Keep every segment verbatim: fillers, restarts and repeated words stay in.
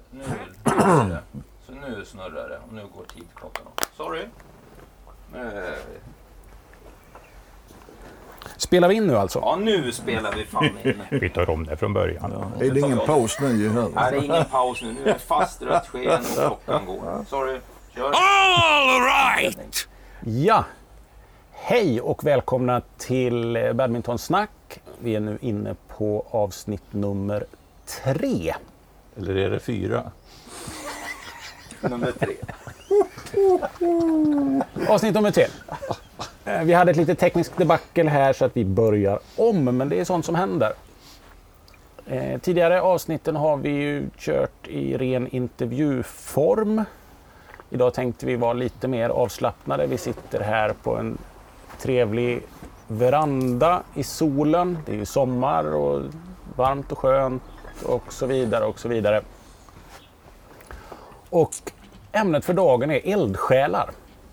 nu är det. Så nu snurrar det och nu går tidklockan. Sorry. Eh. Spelar vi in nu alltså? Ja, nu spelar vi fan in. Vi tar om det från början. Ja. Är det ingen paus nu? Här? Nej, det är ingen paus nu. Nu är det fast rött sken och klockan går. Sorry. Kör. All right! Ja. Hej och välkomna till Badmintonsnack. Vi är nu inne på avsnitt nummer tre. Eller är det fyra? Nummer tre. Avsnitt nummer tre. Vi hade ett litet tekniskt debacle här så att vi börjar om, men det är sånt som händer. Eh, tidigare avsnitten har vi ju kört i ren intervjuform. Idag tänkte vi vara lite mer avslappnade. Vi sitter här på en trevlig veranda i solen. Det är ju sommar och varmt och skönt och så vidare och så vidare. Och ämnet för dagen är eldsjälar.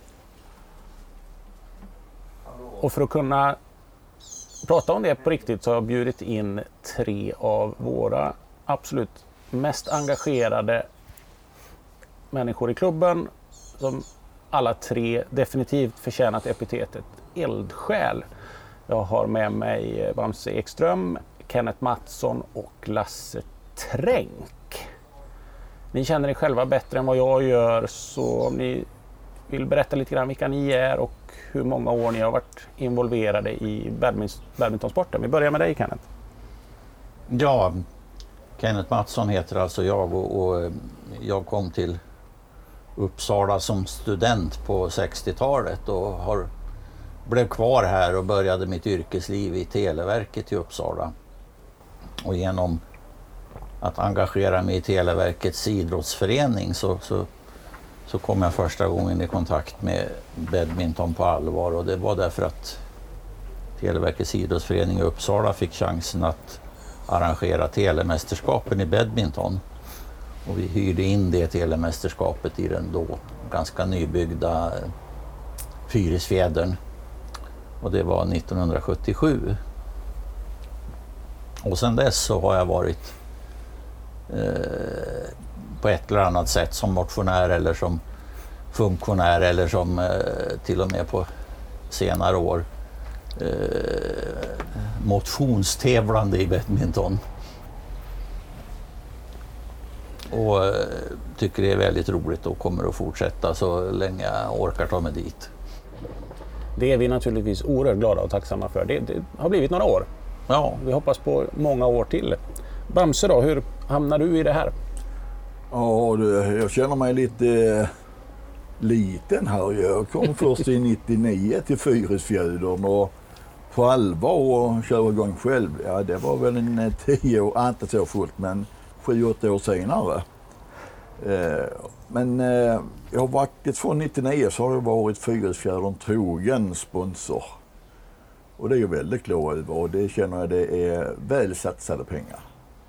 Och för att kunna prata om det på riktigt så har jag bjudit in tre av våra absolut mest engagerade människor i klubben som alla tre definitivt förtjänat epitetet eldsjäl. Jag har med mig Bamse Ekström, Kenneth Mattsson och Lasse Tränk. Ni känner er själva bättre än vad jag gör, så om ni vill berätta lite grann vilka ni är och hur många år ni har varit involverade i badmintonsporten. Vi börjar med dig, Kenneth. Ja, Kenneth Mattsson heter alltså jag och, och jag kom till Uppsala som student på sextiotalet och har, blev kvar här och började mitt yrkesliv i Televerket i Uppsala. Och genom att engagera mig i Televerkets idrottsförening så, så, så kom jag första gången i kontakt med badminton på allvar, och det var därför att Televerkets idrottsförening i Uppsala fick chansen att arrangera telemästerskapen i badminton. Och vi hyrde in det telemästerskapet i den då ganska nybyggda Fyrisfjädern. Och det var nittonhundrasjuttiosju. Och sedan dess så har jag varit eh, på ett eller annat sätt som motionär eller som funktionär eller som eh, till och med på senare år eh, motionstävlande i badminton. Och eh, tycker det är väldigt roligt och kommer att fortsätta så länge jag orkar ta mig dit. Det är vi naturligtvis oerhört glada och tacksamma för. Det, det har blivit några år. Ja. Vi hoppas på många år till. Bamse då, hur hamnar du i det här? Ja, du, jag känner mig lite eh, liten här. Jag kom först i nittionio till Fyrisfjädern och på allvar och köra igång själv. Ja, det var väl en eh, tio år, inte så fullt, men sju, åtta år senare. Eh, men eh, jag har varit från nittionio så har jag varit Fyrisfjädern trogen sponsor. Och det är jag väldigt glad över, och det känner jag det är väl satsade pengar.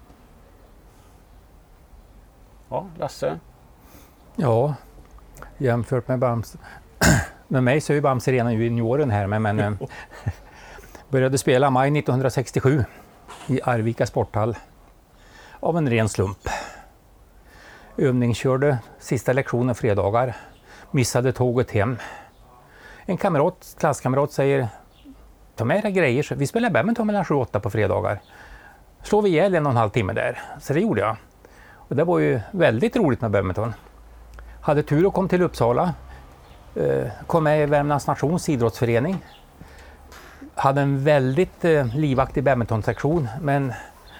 Ja, Lasse? Ja, jämfört med Bamse. Med mig så är ju Bamse redan junioren här, men, men började spela maj nittonhundrasextiosju i Arvika sporthall av en ren slump. Övningskörde sista lektionen fredagar, missade tåget hem. En kamrat, klasskamrat säger: ta med era grejer, så vi spelar badminton mellan sju och åtta på fredagar. Slår vi ihjäl en och en halv timme där. Så det gjorde jag. Och det var ju väldigt roligt med badminton. Hade tur och kom till Uppsala. Kom med i Värmlands nations idrottsförening. Hade en väldigt livaktig badmintonsektion, men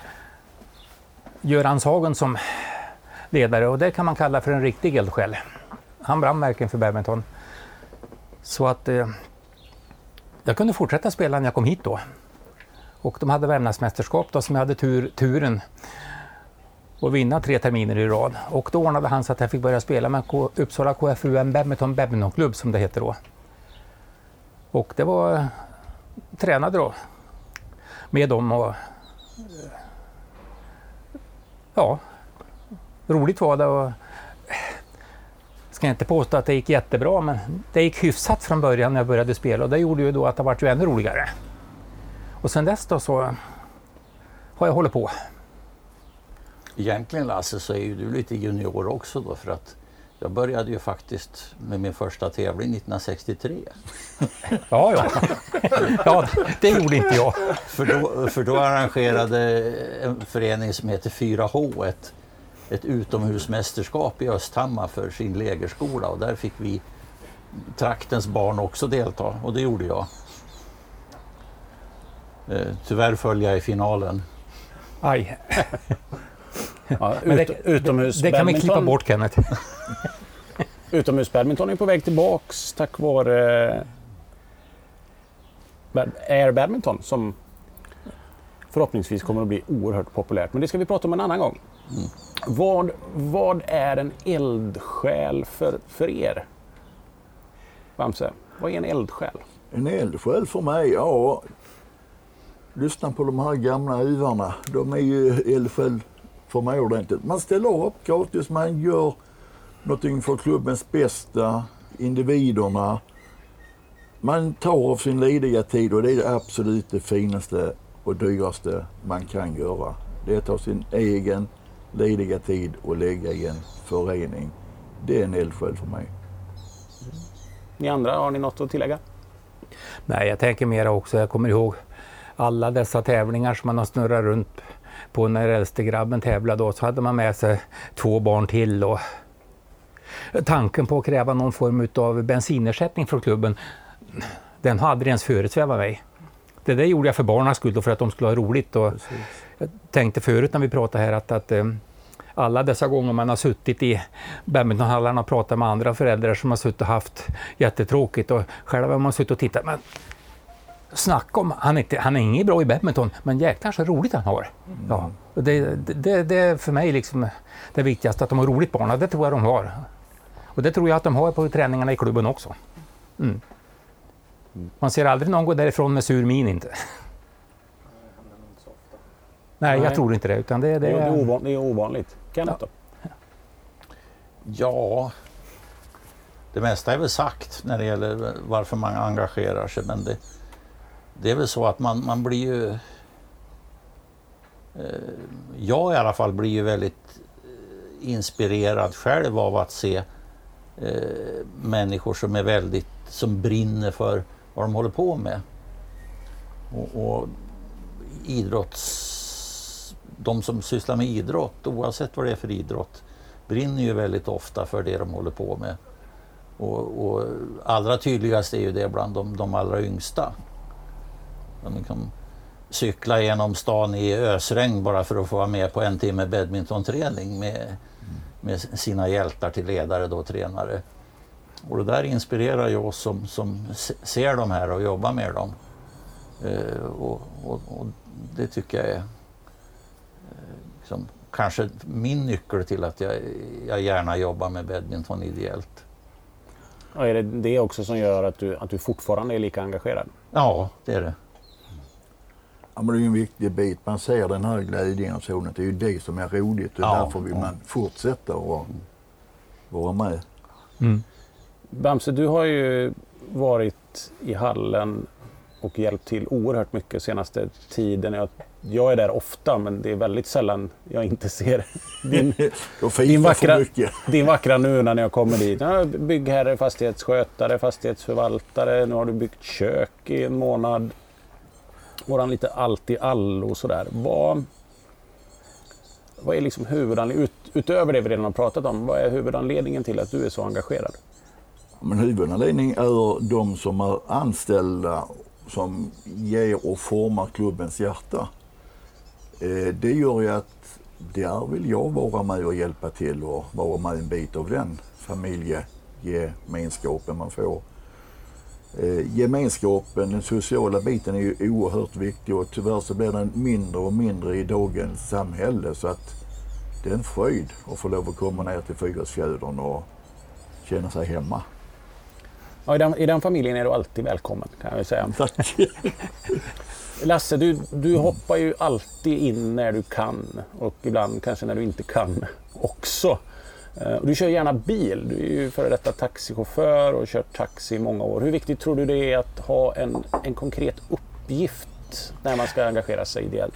Göran Sagen som ledare, och det kan man kalla för en riktig eldsjäl. Han brann verkligen för badminton. Så att eh, jag kunde fortsätta spela när jag kom hit då. Och de hade Värmlandsmästerskap då, som jag hade tur, turen att vinna tre terminer i rad. Och då ordnade han så att jag fick börja spela med K- Uppsala K F U M Badminton Badmintonklubb som det heter då. Och det var eh, tränade då med dem och eh, ja, roligt var det, och ska inte påstå att det gick jättebra, men det gick hyfsat från början när jag började spela, och det gjorde ju då att det var ju ännu roligare. Och sen dess då så har jag hållit på. Egentligen Lasse så är ju du lite junior också då, för att jag började ju faktiskt med min första tävling nittonhundrasextiotre. Ja, ja. Ja, det gjorde inte jag. För då, för då arrangerade en förening som heter fyra H ett, ett utomhusmästerskap i Östhammar för sin lägerskola, och där fick vi traktens barn också delta, och det gjorde jag. Eh, tyvärr föll jag i finalen. Aj. Ja, Men det, ut, utomhus det kan vi badminton- klippa bort, Kenneth. Utomhusbadminton är på väg tillbaks tack vare eh, bad- Air Badminton som förhoppningsvis kommer att bli oerhört populärt. Men det ska vi prata om en annan gång. Mm. Vad, vad är en eldsjäl för, för er? Bamse, vad är en eldsjäl? En eldsjäl för mig, ja. Lyssna på de här gamla uvarna. De är ju eldsjäl för mig ordentligt. Man ställer upp gratis, man gör någonting för klubbens bästa, individerna. Man tar av sin lediga tid, och det är det absolut det finaste och dyraste man kan göra. Det är att ta sin egen lediga tid och lägga i en förening. Det är en eldsjäl för mig. Ni andra, har ni något att tillägga? Nej, jag tänker mera också, jag kommer ihåg alla dessa tävlingar som man har snurrat runt på när äldste grabben tävlade, då, så hade man med sig två barn till, och tanken på att kräva någon form av bensinersättning från klubben, den hade ens föresvävat mig. Det där gjorde jag för barnens skull och för att de skulle ha roligt. Och jag tänkte förut när vi pratade här att, att alla dessa gånger man har suttit i badmintonhallarna och pratat med andra föräldrar som har suttit och haft jättetråkigt, och själv har man suttit och tittat, men snacka om, han är, inte, han är inget bra i badminton, men jäklar så roligt han har. Mm. Ja, det, det, det är för mig liksom det viktigaste, att de har roligt, barna, det tror jag de har. Och det tror jag att de har på träningarna i klubben också. Mm. Man ser aldrig någon gå därifrån med sur min inte. Nej, jag Nej. tror inte det. Utan det, det, Det är, är... ovan, det är ovanligt. Kenneth då? Ja, det mesta är väl sagt när det gäller varför man engagerar sig, men det, det är väl så att man, man blir ju... Eh, jag i alla fall blir ju väldigt inspirerad själv av att se eh, människor som är väldigt, som brinner för vad de håller på med. Och, och idrotts, de som sysslar med idrott, oavsett vad det är för idrott, brinner ju väldigt ofta för det de håller på med. Och, och allra tydligast är ju det bland de, de allra yngsta. De kan cykla genom stan i ösregn bara för att få vara med på en timme badmintonträning med, med sina hjältar till ledare då, tränare. Och det där inspirerar ju oss som, som ser de här och jobbar med dem. Eh, och, och, och det tycker jag är eh, liksom, kanske min nyckel till att jag, jag gärna jobbar med badminton ideellt. Och är det det också som gör att du, att du fortfarande är lika engagerad? Ja, det är det. Ja, men det är ju en viktig bit. Man ser den här glädjen och sådant. Det är ju det som är roligt, och Ja, därför vill ja. man fortsätta och vara med. Mm. Bamse, du har ju varit i hallen och hjälpt till oerhört mycket senaste tiden. Jag, jag är där ofta, men det är väldigt sällan jag inte ser din, din, vackra, din vackra nu när jag kommer dit. Ja, byggherre, fastighetsskötare, fastighetsförvaltare. Nu har du byggt kök i en månad. Våran lite allt i allo och sådär. Vad, vad är liksom huvudanledningen, ut, utöver det vi redan har pratat om, vad är huvudanledningen till att du är så engagerad? Men huvudanledningen är de som är anställda som ger och formar klubbens hjärta. Eh, det gör ju att där vill jag vara med och hjälpa till och vara med en bit av den familjegemenskapen man får. Eh, gemenskapen, den sociala biten är ju oerhört viktig, och tyvärr så blir den mindre och mindre i dagens samhälle, så att det är en fröjd att få lov att komma ner till Fyrisfjädern och känna sig hemma. Ja, i, den, I den familjen är du alltid välkommen, kan jag säga. Tack. Lasse, du, du hoppar ju alltid in när du kan, och ibland kanske när du inte kan också. Du kör gärna bil, du är ju före detta taxichaufför och kört taxi i många år. Hur viktigt tror du det är att ha en, en konkret uppgift när man ska engagera sig ideellt?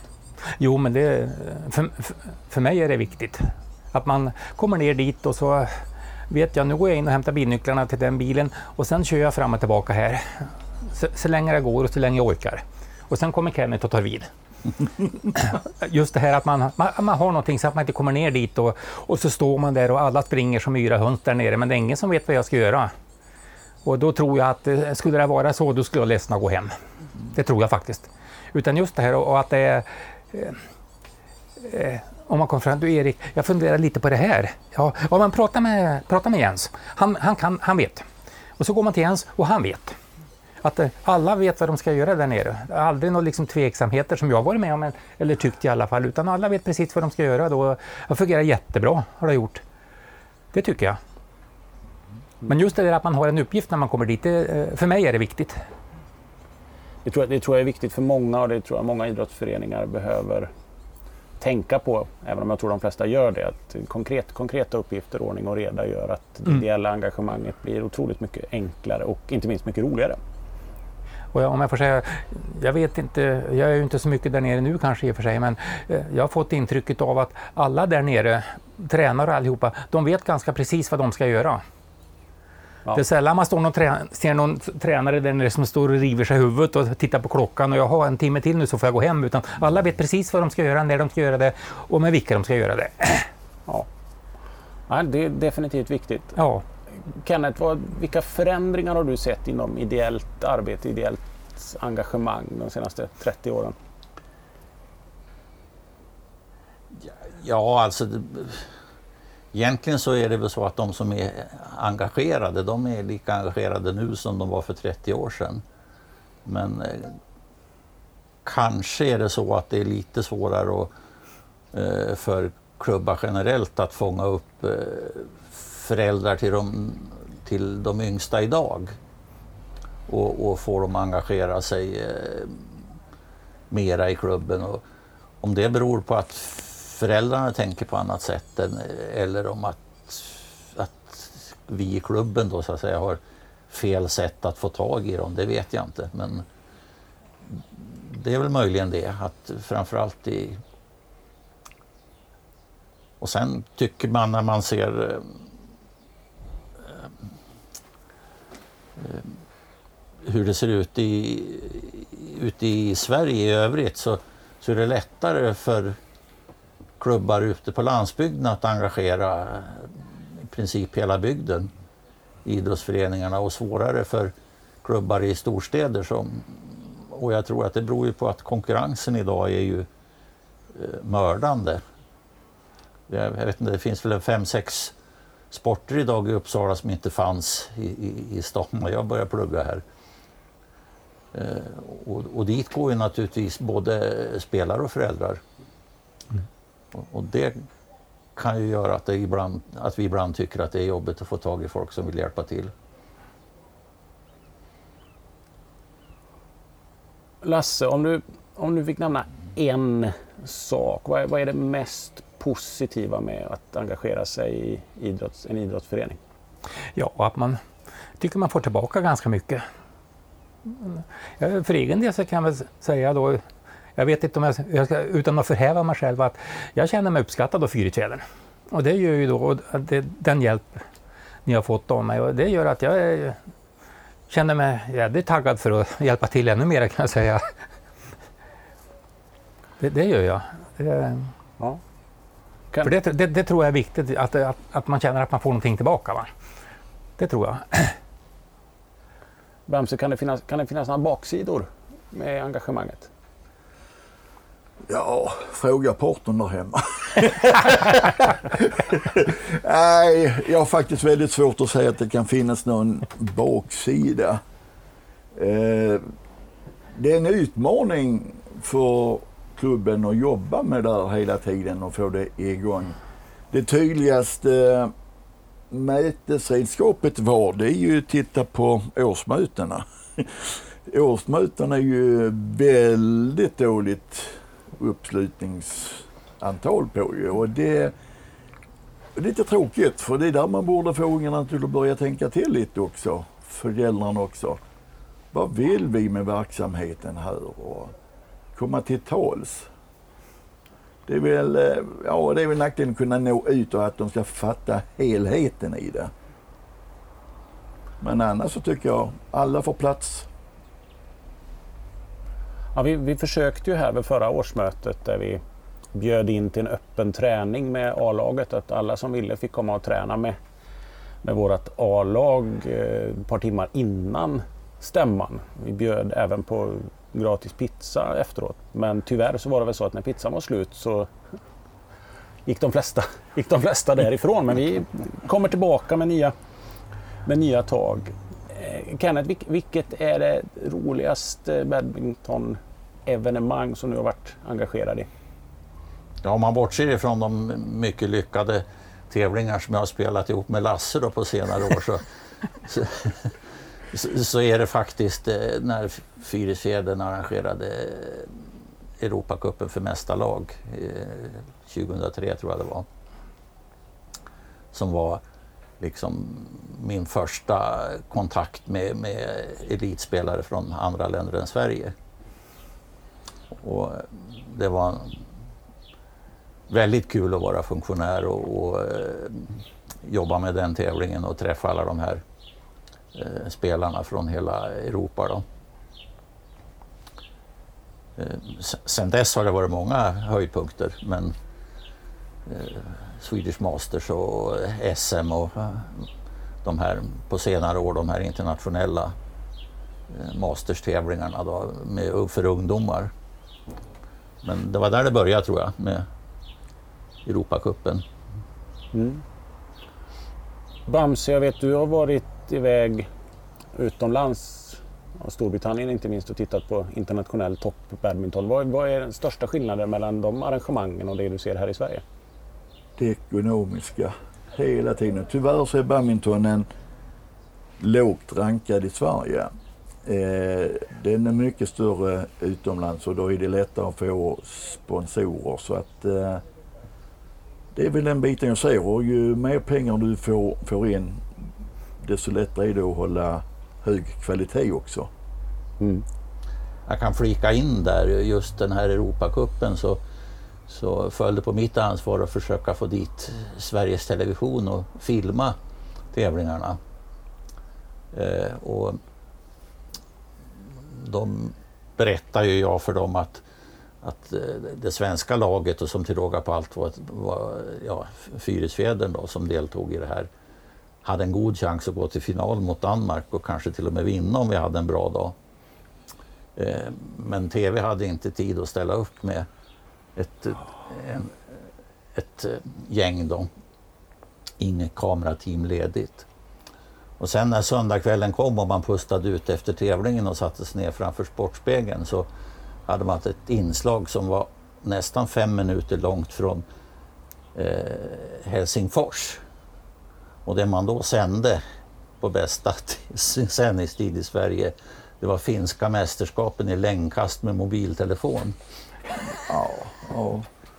Jo, men det, för, för mig är det viktigt. Att man kommer ner dit och så vet jag, nu går jag in och hämtar bilnycklarna till den bilen och sen kör jag fram och tillbaka här. Så, så länge det går och så länge jag orkar. Och sen kommer Kenneth och tar vid. Just det här att man, man, man har någonting så att man inte kommer ner dit och, och så står man där och alla springer som yra höns där nere, men det är ingen som vet vad jag ska göra. Och då tror jag att skulle det vara så, då skulle jag ledsna och gå hem. Det tror jag faktiskt. Utan just det här och, och att det är... Eh, eh, om man kommer fram, du Erik, jag funderar lite på det här. Ja, ja man pratar med, pratar med Jens. Han, han, kan, han vet. Och så går man till Jens och han vet. Att eh, alla vet vad de ska göra där nere. Aldrig några liksom tveksamheter som jag har varit med om, eller tyckt i alla fall. Utan alla vet precis vad de ska göra. Då det fungerar jättebra, har det gjort. Det tycker jag. Men just det där att man har en uppgift när man kommer dit, det, för mig är det viktigt. Det tror, jag, det tror jag är viktigt för många och det tror jag många idrottsföreningar behöver tänka på, även om jag tror de flesta gör det. Att konkret, konkreta uppgifter, ordning och reda gör att det mm. ideella engagemanget blir otroligt mycket enklare och inte minst mycket roligare. Och jag, om jag får säga, jag vet inte, jag är ju inte så mycket där nere nu kanske i och för sig, men jag har fått intrycket av att alla där nere, tränare allihopa, de vet ganska precis vad de ska göra. Ja. Det är sällan man står någon trä- ser någon tränare där nere som står och river sig i huvudet och tittar på klockan och jag har en timme till nu så får jag gå hem. Utan alla vet precis vad de ska göra, när de ska göra det och med vilka de ska göra det. Ja, ja det är definitivt viktigt. Ja. Kenneth, vad, vilka förändringar har du sett inom ideellt arbete, ideellt engagemang de senaste trettio åren? Ja, alltså... Det... Egentligen så är det väl så att de som är engagerade, de är lika engagerade nu som de var för trettio år sedan. Men eh, kanske är det så att det är lite svårare att, eh, för klubbar generellt att fånga upp eh, föräldrar till de, till de yngsta idag. Och, och få dem att engagera sig eh, mera i klubben. Och om det beror på att föräldrarna tänker på annat sätt än, eller om att, att vi i klubben då så att säga har fel sätt att få tag i dem, det vet jag inte. Men det är väl möjligen det, att framförallt i... Och sen tycker man när man ser eh, eh, hur det ser ut i, ute i Sverige i övrigt så, så är det lättare för klubbar ute på landsbygden att engagera i princip hela bygden, idrottsföreningarna, och svårare för klubbar i storstäder. Som, och jag tror att det beror ju på att konkurrensen idag är ju eh, mördande. Jag, jag vet inte, det finns väl fem, sex sporter idag i Uppsala som inte fanns i, i, i stan när jag började plugga här. Eh, och, och dit går ju naturligtvis både spelare och föräldrar. Mm. Och, och det kan ju göra att, det ibland, att vi ibland tycker att det är jobbigt att få tag i folk som vill hjälpa till. Lasse, om du, om du fick nämna en sak, vad är, vad är det mest positiva med att engagera sig i idrotts, en idrottsförening? Ja, att man tycker man får tillbaka ganska mycket. För egen del så kan jag väl säga då, jag vet inte om jag, jag ska, utan att förhäva mig själv, att jag känner mig uppskattad av Fyrisfjällen. Och det gör ju då att det, den hjälp ni har fått av mig, och det gör att jag är, känner mig jävligt taggad för att hjälpa till ännu mer, kan jag säga. Det, det gör jag. Det, ja. För det, det, det tror jag är viktigt, att, att, att man känner att man får någonting tillbaka. Va? Det tror jag. Bamse, kan det finnas, kan det finnas några baksidor med engagemanget? Ja, fråga porten där hemma. Nej, jag har faktiskt väldigt svårt att säga att det kan finnas någon baksida. Eh, det är en utmaning för klubben att jobba med det här hela tiden och få det igång. Det tydligaste mätesredskapet var det är ju att titta på årsmötena. Årsmötena är ju väldigt dåligt uppslutningsantal på ju, och det är lite tråkigt, för det är där man borde få ungarna till att börja tänka till lite också, föräldrarna också. Vad vill vi med verksamheten här och komma till tals? Det är väl, eh, ja, det är väl nackdelen att kunna nå ut och att de ska fatta helheten i det. Men annars så tycker jag alla får plats. Ja, vi, vi försökte ju här vid förra årsmötet där vi bjöd in till en öppen träning med A-laget, att alla som ville fick komma och träna med, med vårt A-lag eh, ett par timmar innan stämman. Vi bjöd även på gratis pizza efteråt, men tyvärr så var det väl så att när pizzan var slut så gick de flesta, gick de flesta därifrån, men vi kommer tillbaka med nya, med nya tag. Eh, Kenneth, vil, vilket är det roligaste badminton-evenemang som du har varit engagerad i? Ja, om man bortser ifrån de mycket lyckade tävlingar som jag har spelat ihop med Lasse då på senare år så, så, så är det faktiskt när Fyrisfjädern arrangerade Europacupen för mästarlag tjugohundratre tror jag det var. Som var liksom min första kontakt med, med elitspelare från andra länder än Sverige. Och det var väldigt kul att vara funktionär och, och eh, jobba med den tävlingen och träffa alla de här eh, spelarna från hela Europa då. Eh, sen dess har det varit många höjdpunkter, men eh, Swedish Masters och S M och eh, de här på senare år, de här internationella eh, Masters-tävlingarna då, med, för ungdomar. Men det var där det började tror jag med Europacupen. Mm. Bamse, jag vet du har varit iväg utomlands, Storbritannien inte minst, och tittat på internationell toppbadminton. Vad, vad är den största skillnaden mellan de arrangemangen och det du ser här i Sverige? Det ekonomiska hela tiden. Tyvärr så är badmintonen lågt rankad i Sverige. Eh, den är mycket större utomlands och då är det lättare att få sponsorer, så att eh, det är väl den biten jag ser, och ju mer pengar du får, får in desto lättare är det att hålla hög kvalitet också. Mm. Jag kan flika in där, just den här Europacupen så, så följde på mitt ansvar att försöka få dit Sveriges Television och filma tävlingarna. Eh, och de berättar ju jag för dem att att det svenska laget, och som till råga på allt var, var ja, Fyrisfjädern då, som deltog i det här, hade en god chans att gå till final mot Danmark och kanske till och med vinna om vi hade en bra dag. Eh, men T V hade inte tid att ställa upp med ett, en, ett gäng då. Inget kamerateam ledigt. Och sen när söndagskvällen kom och man pustade ut efter tävlingen och sattes ner framför Sportspegeln, så hade man ett inslag som var nästan fem minuter långt från eh, Helsingfors. Och det man då sände på bästa sändningstid i Sverige, det var finska mästerskapen i längdkast med mobiltelefon. Ja, ja.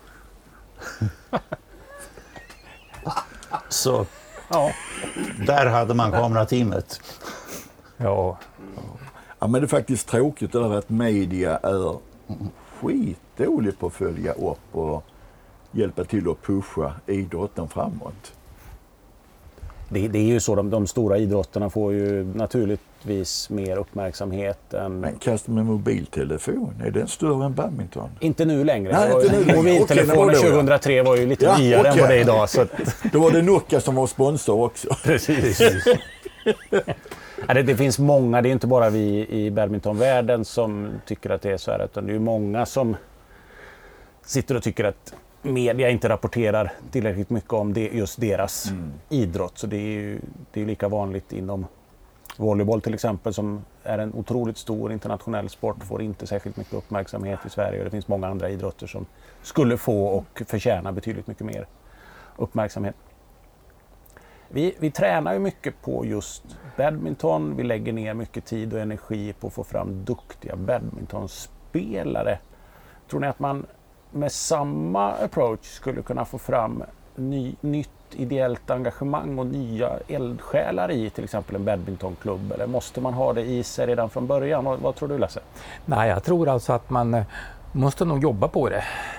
Så ja, där hade man kamerateamet. Ja. Ja, men det är faktiskt tråkigt det där att media är skitdåligt på att följa upp och hjälpa till att pusha idrotten framåt. Det, det är ju så, de, de stora idrotterna får ju naturligtvis mer uppmärksamhet än... Men kasta med mobiltelefon, är den större än badminton? Inte nu längre. Nej, var, inte nu längre. Mobiltelefonen Okej, tjugohundratre var ju lite ja, nyare okay. än vad det är idag. Så att... Då var det Nokia som var sponsor också. Precis. Ja, det, det finns många, det är inte bara vi i badmintonvärlden som tycker att det är så här, utan det är många som sitter och tycker att media inte rapporterar tillräckligt mycket om det, just deras mm. idrott. Så det är ju det är lika vanligt inom volleyboll till exempel, som är en otroligt stor internationell sport, får inte särskilt mycket uppmärksamhet i Sverige, och det finns många andra idrotter som skulle få och förtjäna betydligt mycket mer uppmärksamhet. Vi, vi tränar ju mycket på just badminton, vi lägger ner mycket tid och energi på att få fram duktiga badmintonspelare. Tror ni att man med samma approach skulle kunna få fram ny, nytt ideellt engagemang och nya eldsjälar i till exempel en badmintonklubb, eller måste man ha det i sig redan från början? Vad, vad tror du, Lasse? Nej, jag tror alltså att man måste nog jobba på det.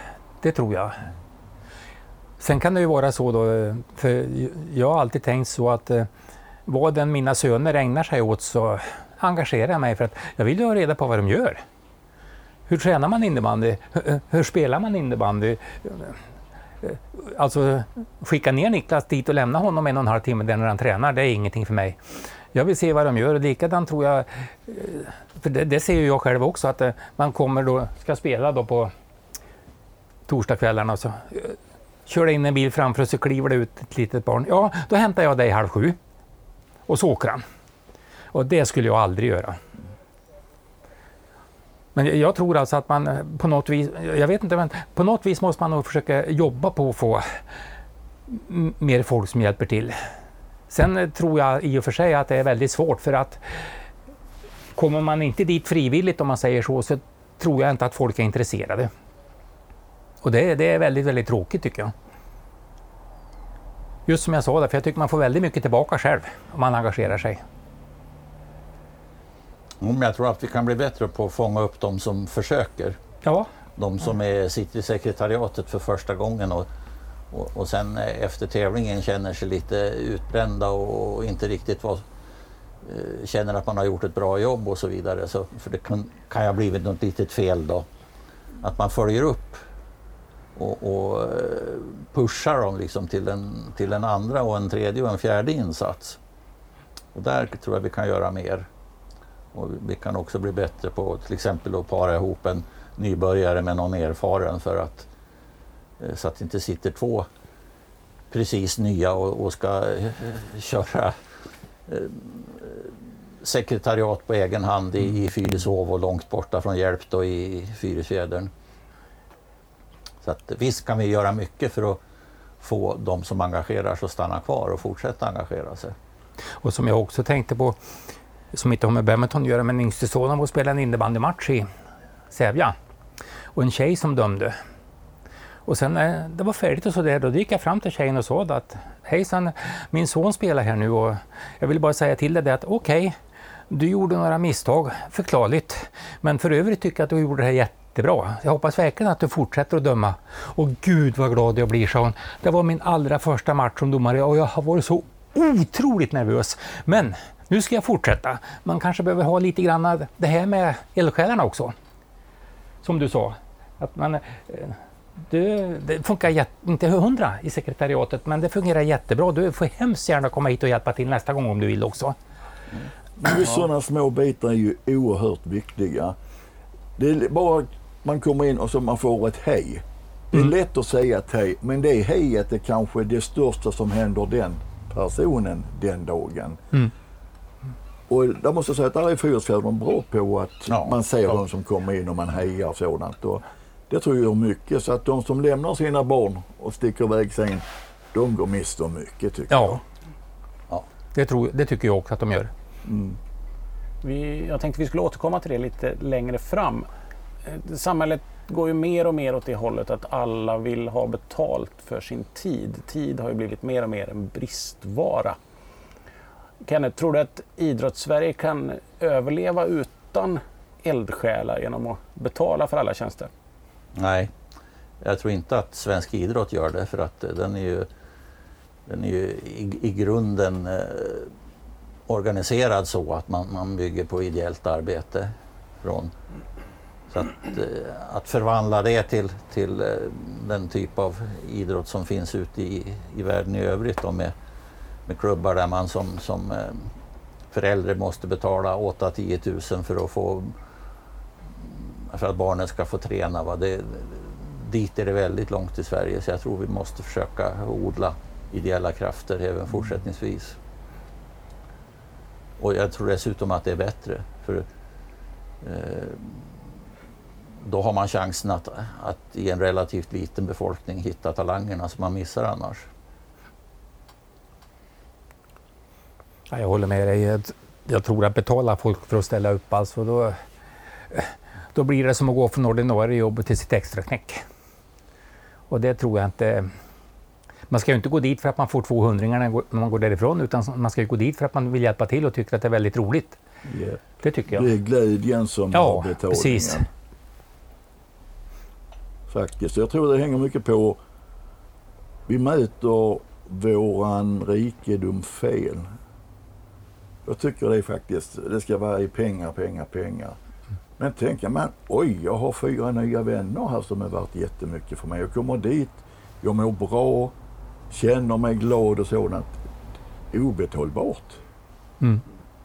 det tror jag. Sen kan det ju vara så då, för jag har alltid tänkt så att eh, vad den mina söner ägnar sig åt så engagerar jag mig för att jag vill ju ha reda på vad de gör. Hur tränar man innebandy? Hur, hur spelar man innebandy? Alltså skicka ner Niklas dit och lämna honom en och en halv timme där när han tränar, det är ingenting för mig. Jag vill se vad de gör och likadant tror jag, för det, det ser ju jag själv också, att man kommer då, ska spela då på torsdagskvällarna och så kör in en bil framför och så kliver det ut ett litet barn. Ja, då hämtar jag dig halv sju och så åker han. Och det skulle jag aldrig göra. Men jag tror alltså att man på något vis, jag vet inte, men på något vis måste man nog försöka jobba på att få mer folk som hjälper till. Sen tror jag i och för sig att det är väldigt svårt, för att kommer man inte dit frivilligt, om man säger så, så tror jag inte att folk är intresserade. Och det, det är väldigt, väldigt tråkigt tycker jag. Just som jag sa där, för jag tycker man får väldigt mycket tillbaka själv om man engagerar sig. Mm, jag tror att vi kan bli bättre på att fånga upp de som försöker. Ja. De som är, sitter i sekretariatet för första gången och, och, och sen efter tävlingen känner sig lite utbrända och inte riktigt var, känner att man har gjort ett bra jobb och så vidare. Så, för det kan, kan ju ha blivit något litet fel då. Att man följer upp och, och pushar dem liksom till, en, till en andra och en tredje och en fjärde insats. Och där tror jag vi kan göra mer. Och vi kan också bli bättre på till exempel att para ihop en nybörjare med någon erfaren, för att så att det inte sitter två precis nya och, och ska eh, köra eh, sekretariat på egen hand i, i Fyrishov och långt borta från hjälp då i Fyrisfjädern. Så att visst kan vi göra mycket för att få de som engagerar sig att stanna kvar och fortsätta engagera sig. Och som jag också tänkte på, som inte har med badminton att göra, men yngste sonen var spela en innebandymatch i Sävja. Och en tjej som dömde. Och sen när det var färdigt och så där, då gick jag fram till tjejen och sa att hejsan, min son spelar här nu och jag vill bara säga till dig att okej, okay, du gjorde några misstag, förklarligt. Men för övrigt tycker jag att du gjorde det här jättebra. Jag hoppas verkligen att du fortsätter att döma. Och gud vad glad jag blir, sa hon. Det var min allra första match som domare och jag har varit så otroligt nervös. Men nu ska jag fortsätta. Man kanske behöver ha lite grann det här med eldsjälarna också. Som du sa. Att man, det, det funkar jätt, inte hundra i sekretariatet, men det fungerar jättebra. Du får hemskt gärna komma hit och hjälpa till nästa gång om du vill också. Mm. Men sådana små bitar är ju oerhört viktiga. Det är bara man kommer in och så man får ett hej. Det är mm. lätt att säga ett hej, men det hejet är kanske det största som händer den personen den dagen. Mm. Och där måste jag säga att där är Fyrisfjädern bra på att ja, man ser ja. de som kommer in och man hejar och sådant. Och det tror jag mycket. Så att de som lämnar sina barn och sticker iväg sen, de går miste om mycket tycker ja. jag. Ja, det, tror, det tycker jag också att de gör. Mm. Vi, jag tänkte vi skulle återkomma till det lite längre fram. Samhället går ju mer och mer åt det hållet att alla vill ha betalt för sin tid. Tid har ju blivit mer och mer en bristvara. Kenneth, tror du att Idrottssverige kan överleva utan eldsjälar genom att betala för alla tjänster? Nej, jag tror inte att svensk idrott gör det, för att den är ju, den är ju i, i grunden eh, organiserad så att man, man bygger på ideellt arbete. Från, så att, eh, att förvandla det till, till eh, den typ av idrott som finns ute i, i världen i övrigt då, med med klubbar där man som, som eh, förälder måste betala åtta till tio tusen för att få för att barnen ska få träna. Va? Det, dit är det väldigt långt i Sverige, så jag tror vi måste försöka odla ideella krafter även fortsättningsvis. Och jag tror dessutom att det är bättre, för eh, då har man chansen att, att i en relativt liten befolkning hitta talangerna som man missar annars. Ja, jag håller med dig. Jag tror att betala folk för att ställa upp, alltså då, då blir det som att gå från ordinarie jobb till sitt extra knäck. Och det tror jag inte. Man ska ju inte gå dit för att man får tvåhundringar när man går därifrån, utan man ska ju gå dit för att man vill hjälpa till och tycker att det är väldigt roligt. Yeah. Det tycker jag. Det är glädjen som ja, har betalningen. Precis. Faktiskt. Jag tror det hänger mycket på, vi möter våran rikedom fel. Jag tycker det är faktiskt, det ska vara i pengar, pengar, pengar. Men tänker man, oj, jag har fyra nya vänner här som har varit jättemycket för mig. Jag kommer dit, jag mår bra, känner mig glad och sådant. Obetalbart. Mm.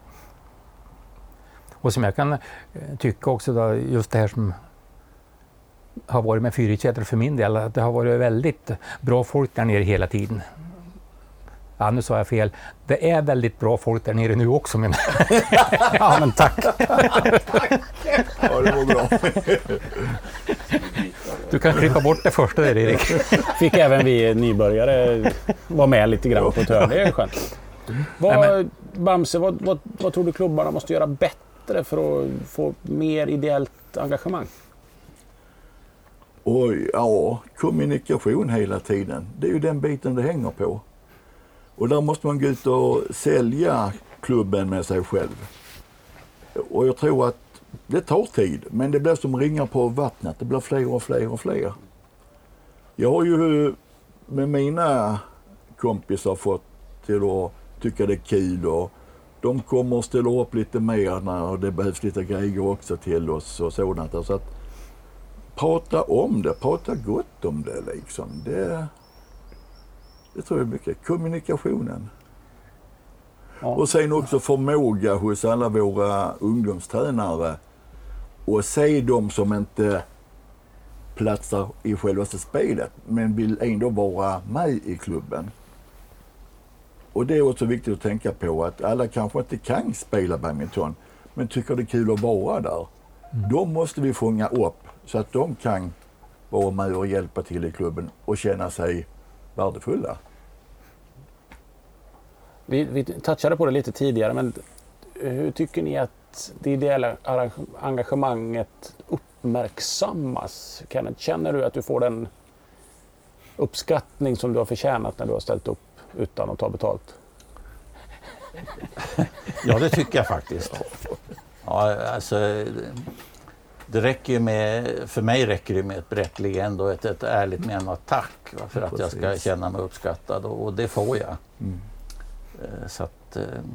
Och som jag kan tycka också då, just det här som har varit med Fyrisfjäder för min del, att det har varit väldigt bra folk där nere hela tiden. Ja, nu sa jag fel. Det är väldigt bra folk där nere nu också. Men ja, men tack. Ja, det var bra. Du kan klippa bort det första där, Erik. Fick även vi nybörjare vara med lite grann på törn. Det är skönt. Vad, Nej, men... Bamse, vad, vad, vad tror du klubbarna måste göra bättre för att få mer ideellt engagemang? Oj, ja, kommunikation hela tiden. Det är ju den biten det hänger på. Och där måste man gå ut och sälja klubben med sig själv. Och jag tror att det tar tid, men det blir som ringar på vattnet. Det blir fler och fler och fler. Jag har ju med mina kompisar fått till att tycka det är kul, och de kommer att ställa upp lite mer när det behövs lite grejer också till oss och sådant. Så att prata om det, prata gott om det liksom. Det, det tror jag är mycket. Kommunikationen. Ja. Och sen också förmåga hos alla våra ungdomstränare och se dem som inte platsar i själva spelet men vill ändå vara med i klubben. Och det är också viktigt att tänka på att alla kanske inte kan spela badminton men tycker det är kul att vara där. Mm. De måste vi fånga upp så att de kan vara med och hjälpa till i klubben och känna sig värdefulla. Vi, vi touchade på det lite tidigare, men hur tycker ni att det ideella engagemanget uppmärksammas? Kenneth, känner du att du får den uppskattning som du har förtjänat när du har ställt upp utan att ta betalt? Ja, det tycker jag faktiskt. Ja, alltså, det räcker ju med, för mig räcker det med ett brett leende och ett, ett ärligt menat tack för att jag ska känna mig uppskattad, och, och det får jag. Mm. Så att,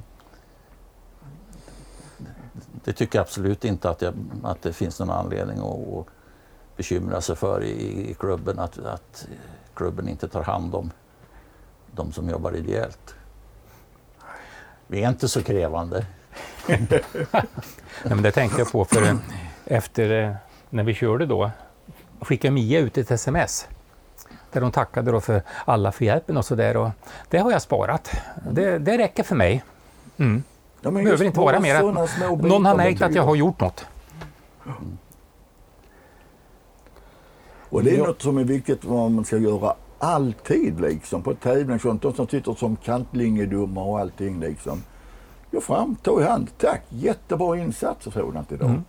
det tycker jag absolut inte att, jag, att det finns någon anledning att, att bekymra sig för i, i klubben, att, att klubben inte tar hand om de som jobbar ideellt. Vi är inte så krävande. Nej, men det tänkte jag på, för efter när vi körde då skickade Mia ut ett sms där de tackade då för alla för hjälpen och sådär, och det har jag sparat. Det, det räcker för mig. Mm. Ja, men behöver inte vara mer att någon har märkt att jag har gjort något. Mm. Och det är något som är viktigt vad man ska göra alltid liksom på tävling, sånt, de som sitter som kantlinjedomar och allting liksom. Gå fram, ta i hand, tack, jättebra insats och sådant idag. Mm.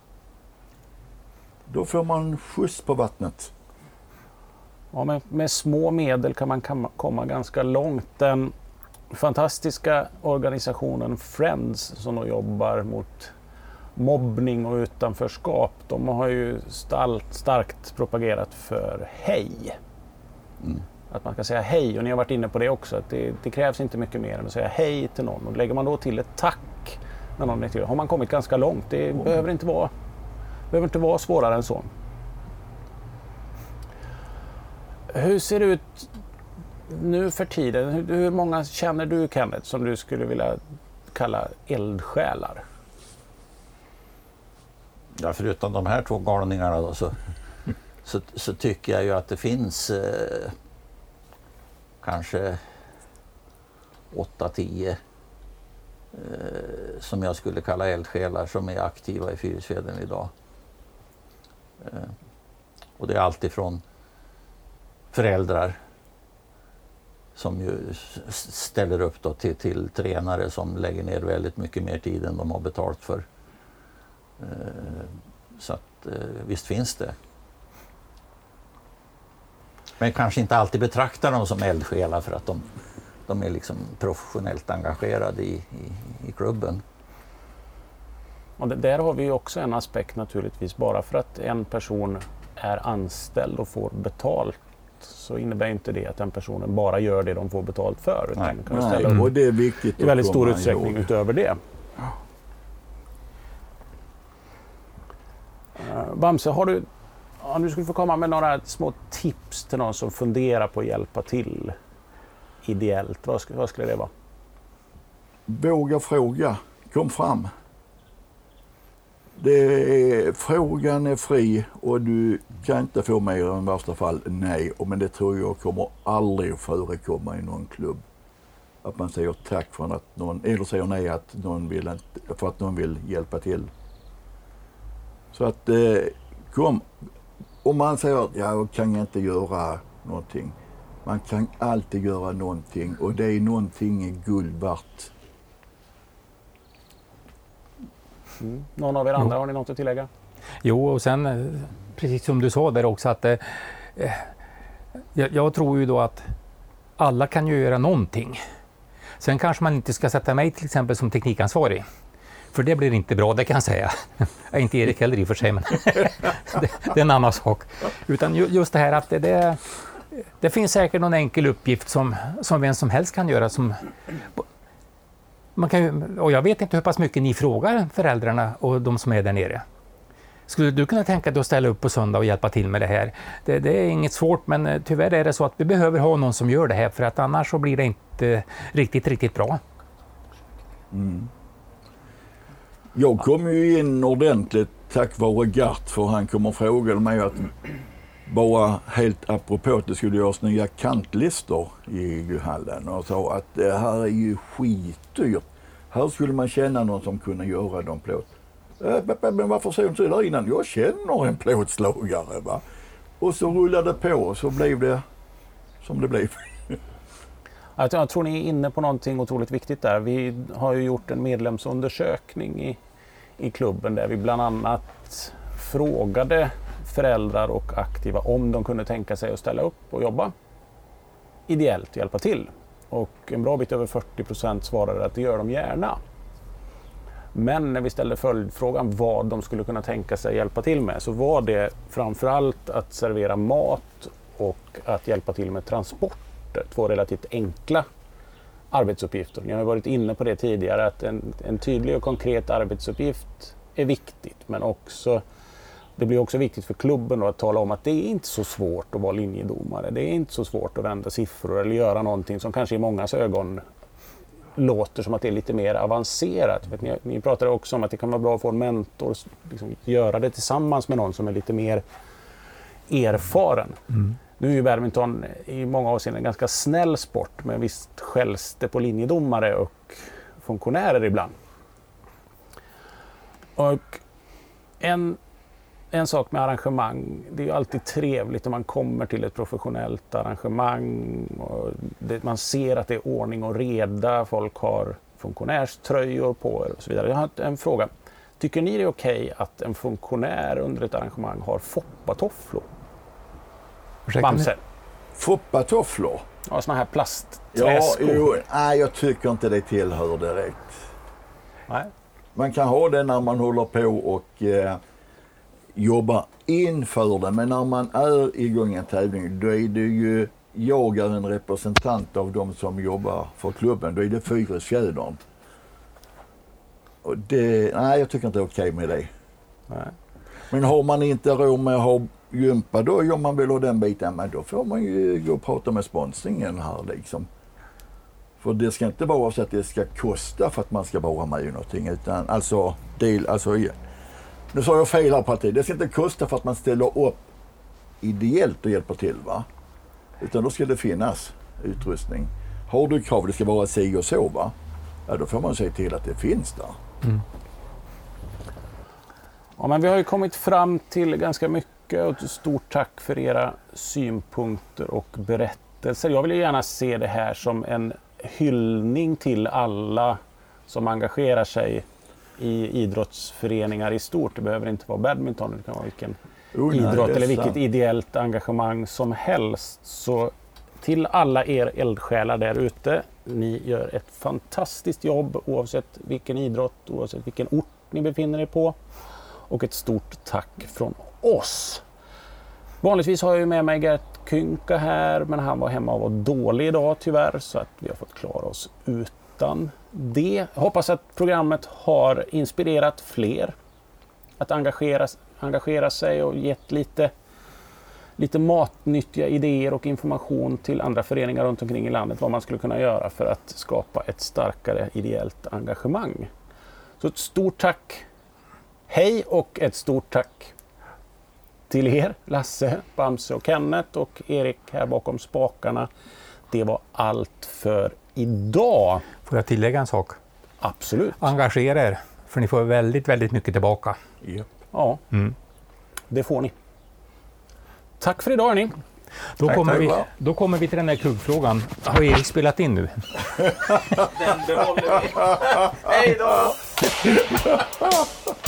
Då får man skjuts på vattnet. Ja, med, med små medel kan man kam- komma ganska långt. Den fantastiska organisationen Friends som då jobbar mot mobbning och utanförskap, de har ju starkt, starkt propagerat för hej. Mm. Att man ska säga hej, och ni har varit inne på det också, att det, det krävs inte mycket mer än att säga hej till någon, och lägger man då till ett tack när någon är till, har man kommit ganska långt. Det mm. behöver, inte vara, behöver inte vara svårare än så. Hur ser det ut nu för tiden? Hur, hur många känner du, Kenneth, som du skulle vilja kalla eldsjälar? Ja, förutom de här två galningarna då, så, så, så tycker jag ju att det finns eh, kanske åtta, tio eh, som jag skulle kalla eldsjälar som är aktiva i Fyrisfjädern idag. Eh, och det är allt ifrån föräldrar som ju ställer upp då till, till tränare som lägger ner väldigt mycket mer tid än de har betalt för. Så att visst finns det. Men kanske inte alltid betraktar dem som eldsjälar för att de, de är liksom professionellt engagerade i, i, i klubben. Och det, där har vi ju också en aspekt naturligtvis. Bara för att en person är anställd och får betalt, så innebär inte det att den personen bara gör det de får betalt för. Utan Nej. kan ställa Nej, upp och det är viktigt i väldigt att stor komma utsträckning ihåg. utöver det. Uh, Bamse, har du, om du skulle få komma med några små tips till någon som funderar på att hjälpa till ideellt, vad skulle, vad skulle det vara? Våga fråga, kom fram. Det är, frågan är fri och du kan inte få mer än i värsta fall nej. Men det tror jag kommer aldrig att förekomma i någon klubb. Att man säger tack för att någon, eller säger nej att någon vill, för att någon vill hjälpa till. Så att eh, kom, om man säger att ja, jag kan inte göra någonting. Man kan alltid göra någonting och det är någonting guld värt. Mm. Någon av er andra, har ni något att tillägga? Jo, och sen eh, precis som du sa där också att eh, jag, jag tror ju då att alla kan ju göra någonting. Sen kanske man inte ska sätta mig till exempel som teknikansvarig. För det blir inte bra, det kan jag säga. Jag är inte Erik heller i och för sig, men det, det är en annan sak. Utan ju, just det här att det, det, det finns säkert någon enkel uppgift som, som vem som helst kan göra. Som, man kan ju, och jag vet inte hur pass mycket ni frågar föräldrarna och de som är där nere. Skulle du kunna tänka dig att ställa upp på söndag och hjälpa till med det här? Det, det är inget svårt, men tyvärr är det så att vi behöver ha någon som gör det här, för att annars så blir det inte riktigt, riktigt bra. Mm. Jag kom ju in ordentligt tack vare Gart, för han kommer och frågade mig att bara helt apropå att det skulle göras nya kantlistor i hallen och sa att det här är ju skitdyrt. Här skulle man känna någon som kunde göra de plåt. Men varför säger du så där innan? Jag känner en plåtslagare, va? Och så rullade det på och så blev det som det blev. Jag tror ni är inne på någonting otroligt viktigt där. Vi har ju gjort en medlemsundersökning i, i klubben där vi bland annat frågade föräldrar och aktiva om de kunde tänka sig att ställa upp och jobba ideellt och hjälpa till. Och en bra bit över fyrtio procent svarade att det gör de gärna. Men när vi ställde följdfrågan vad de skulle kunna tänka sig hjälpa till med, så var det framförallt att servera mat och att hjälpa till med transport. Två relativt enkla arbetsuppgifter. Ni har varit inne på det tidigare, att en, en tydlig och konkret arbetsuppgift är viktigt, men också det blir också viktigt för klubben då att tala om att det är inte så svårt att vara linjedomare. Det är inte så svårt att vända siffror eller göra någonting som kanske i mångas ögon låter som att det är lite mer avancerat. För ni, ni pratade också om att det kan vara bra att få en mentor, liksom, göra det tillsammans med någon som är lite mer erfaren. Mm. Nu är ju badminton i många avseenden en ganska snäll sport med visst skälls det på linjedomare och funktionärer ibland. Och en, en sak med arrangemang, det är ju alltid trevligt om man kommer till ett professionellt arrangemang och det, man ser att det är ordning och reda, folk har funktionärströjor på er och så vidare. Jag har en fråga. Tycker ni det är okej att en funktionär under ett arrangemang har foppatofflor? Bamse. Foppatofflor? Ja, såna här plastträskor. Ja, jo, nej, jag tycker inte det tillhör direkt. Nej. Man kan ha det när man håller på och eh, jobbar inför det, men när man är igång i en tävling, då är det ju, jag är en representant av de som jobbar för klubben, då är det Fyrisfjädern. Och det, nej, jag tycker inte det är okej med det. Nej. Men har man inte råd med att ha gympa, då gör man väl den biten, men då får man ju gå och prata med sponsringen här liksom. För det ska inte vara så att det ska kosta för att man ska vara med i någonting, utan alltså, del, alltså nu sa jag fel här på att det ska inte kosta för att man ställer upp ideellt och hjälper till, va? Utan då ska det finnas utrustning. Har du krav, det ska vara sig och så, va? Ja, då får man säga till att det finns där. Mm. Ja, men vi har ju kommit fram till ganska mycket och ett stort tack för era synpunkter och berättelser. Jag vill ju gärna se det här som en hyllning till alla som engagerar sig i idrottsföreningar i stort. Det behöver inte vara badminton, det kan vara vilken oh, idrott nej, eller vilket sant. Ideellt engagemang som helst. Så till alla er eldsjälar där ute, ni gör ett fantastiskt jobb oavsett vilken idrott, oavsett vilken ort ni befinner er på. Och ett stort tack från oss. Vanligtvis har jag ju med mig Gert Kynka här, men han var hemma och var dålig idag tyvärr, så att vi har fått klara oss utan det. Jag hoppas att programmet har inspirerat fler att engagera, engagera sig och gett lite, lite matnyttiga idéer och information till andra föreningar runt omkring i landet vad man skulle kunna göra för att skapa ett starkare ideellt engagemang. Så ett stort tack, hej, och ett stort tack till er, Lasse, Bamse och Kenneth och Erik här bakom spakarna. Det var allt för idag. Får jag tillägga en sak? Absolut. Engagera er, för ni får väldigt, väldigt mycket tillbaka. Yep. Ja, mm. det får ni. Tack för idag, hörni. Då, tack, kommer tack, vi, bra. då kommer vi till den där kuggfrågan. Har Erik spelat in nu? Den behåller vi. Hej då!